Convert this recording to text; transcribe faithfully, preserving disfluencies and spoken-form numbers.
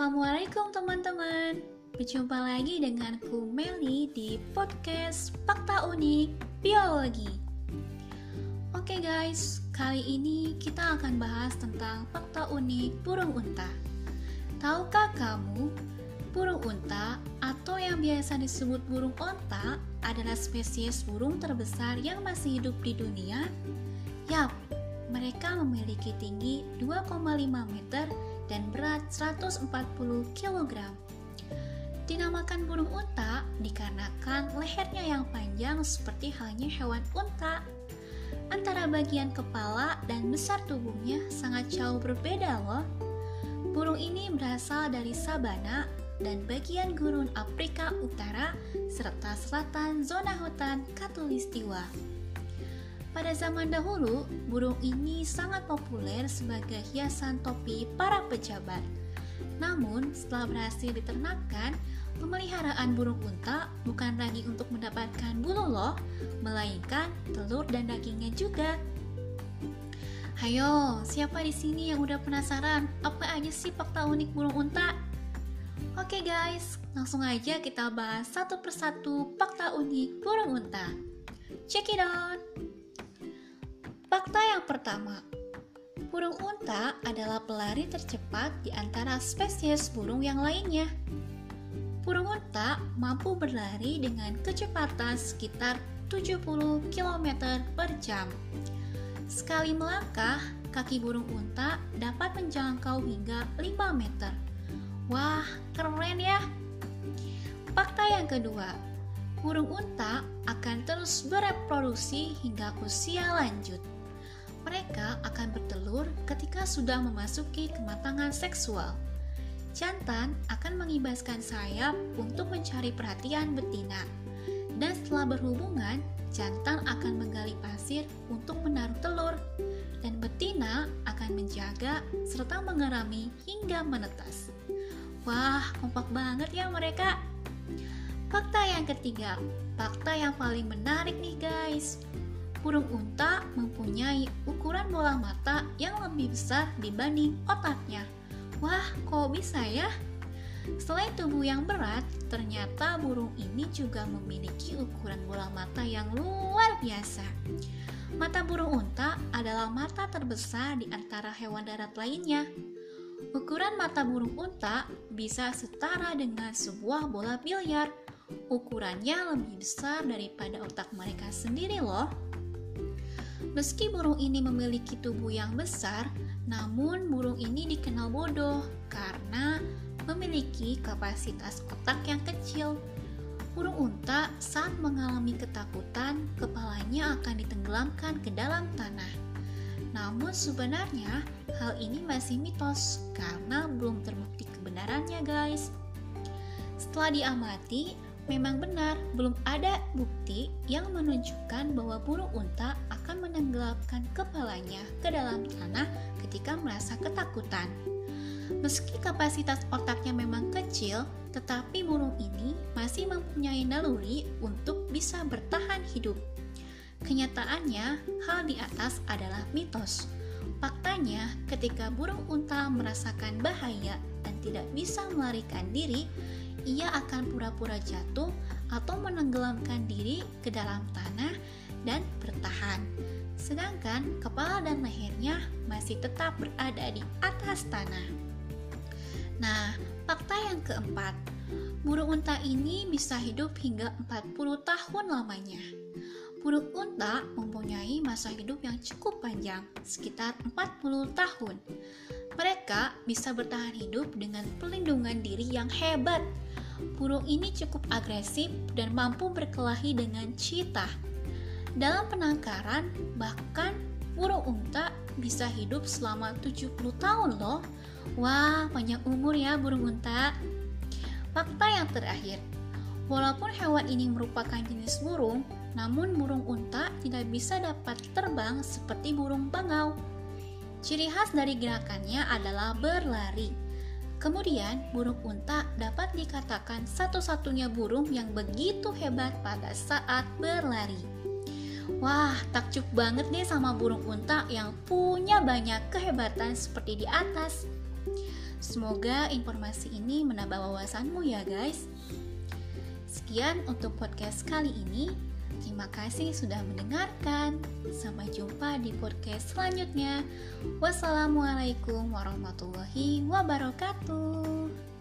Assalamualaikum teman-teman. Berjumpa lagi denganku Meli di podcast Fakta Unik Biologi. Oke guys, kali ini kita akan bahas tentang fakta unik burung unta. Tahukah kamu, burung unta atau yang biasa disebut burung onta adalah spesies burung terbesar yang masih hidup di dunia? Yap, mereka memiliki tinggi dua koma lima meter dan berat seratus empat puluh kilogram. Dinamakan burung unta dikarenakan lehernya yang panjang seperti halnya hewan unta. Antara bagian kepala dan besar tubuhnya sangat jauh berbeda loh. Burung ini berasal dari sabana dan bagian gurun Afrika Utara serta selatan zona hutan Khatulistiwa. Pada zaman dahulu, burung ini sangat populer sebagai hiasan topi para pejabat. Namun, setelah berhasil diternakkan, pemeliharaan burung unta bukan lagi untuk mendapatkan bulu loh, melainkan telur dan dagingnya juga. Hayo, siapa di sini yang udah penasaran apa aja sih fakta unik burung unta? Oke guys, langsung aja kita bahas satu persatu fakta unik burung unta. Check it out! Fakta yang pertama, burung unta adalah pelari tercepat di antara spesies burung yang lainnya. Burung unta mampu berlari dengan kecepatan sekitar tujuh puluh kilometer per jam. Sekali melangkah, kaki burung unta dapat menjangkau hingga lima meter. Wah, keren ya! Fakta yang kedua, burung unta akan terus bereproduksi hingga usia lanjut. Mereka akan bertelur ketika sudah memasuki kematangan seksual. Jantan akan mengibaskan sayap untuk mencari perhatian betina. Dan setelah berhubungan, jantan akan menggali pasir untuk menaruh telur. Dan betina akan menjaga serta mengerami hingga menetas. Wah, kompak banget ya mereka. Fakta yang ketiga, fakta yang paling menarik nih guys. Burung unta mempunyai ukuran bola mata yang lebih besar dibanding otaknya. Wah, kok bisa ya? Selain tubuh yang berat, ternyata burung ini juga memiliki ukuran bola mata yang luar biasa. Mata burung unta adalah mata terbesar di antara hewan darat lainnya. Ukuran mata burung unta bisa setara dengan sebuah bola biliar. Ukurannya lebih besar daripada otak mereka sendiri loh. Meski burung ini memiliki tubuh yang besar, namun burung ini dikenal bodoh karena memiliki kapasitas otak yang kecil. Burung unta saat mengalami ketakutan, kepalanya akan ditenggelamkan ke dalam tanah. Namun sebenarnya hal ini masih mitos karena belum terbukti kebenarannya guys. Setelah diamati, memang benar, belum ada bukti yang menunjukkan bahwa burung unta akan menenggelamkan kepalanya ke dalam tanah ketika merasa ketakutan. Meski kapasitas otaknya memang kecil, tetapi burung ini masih mempunyai naluri untuk bisa bertahan hidup. Kenyataannya, hal di atas adalah mitos. Faktanya, ketika burung unta merasakan bahaya dan tidak bisa melarikan diri, ia akan pura-pura jatuh atau menenggelamkan diri ke dalam tanah dan bertahan. Sedangkan kepala dan lehernya masih tetap berada di atas tanah. Nah, fakta yang keempat, burung unta ini bisa hidup hingga empat puluh tahun lamanya. Burung unta mempunyai masa hidup yang cukup panjang, sekitar empat puluh tahun. Mereka bisa bertahan hidup dengan perlindungan diri yang hebat. Burung ini cukup agresif dan mampu berkelahi dengan cheetah. Dalam penangkaran, bahkan burung unta bisa hidup selama tujuh puluh tahun loh. Wah, panjang umur ya burung unta. Fakta yang terakhir, walaupun hewan ini merupakan jenis burung, namun burung unta tidak bisa dapat terbang seperti burung bangau. Ciri khas dari gerakannya adalah berlari. Kemudian, burung unta dapat dikatakan satu-satunya burung yang begitu hebat pada saat berlari. Wah, takjub banget nih sama burung unta yang punya banyak kehebatan seperti di atas. Semoga informasi ini menambah wawasanmu ya guys. Sekian untuk podcast kali ini. Terima kasih sudah mendengarkan. Sampai jumpa di podcast selanjutnya. Wassalamualaikum warahmatullahi wabarakatuh.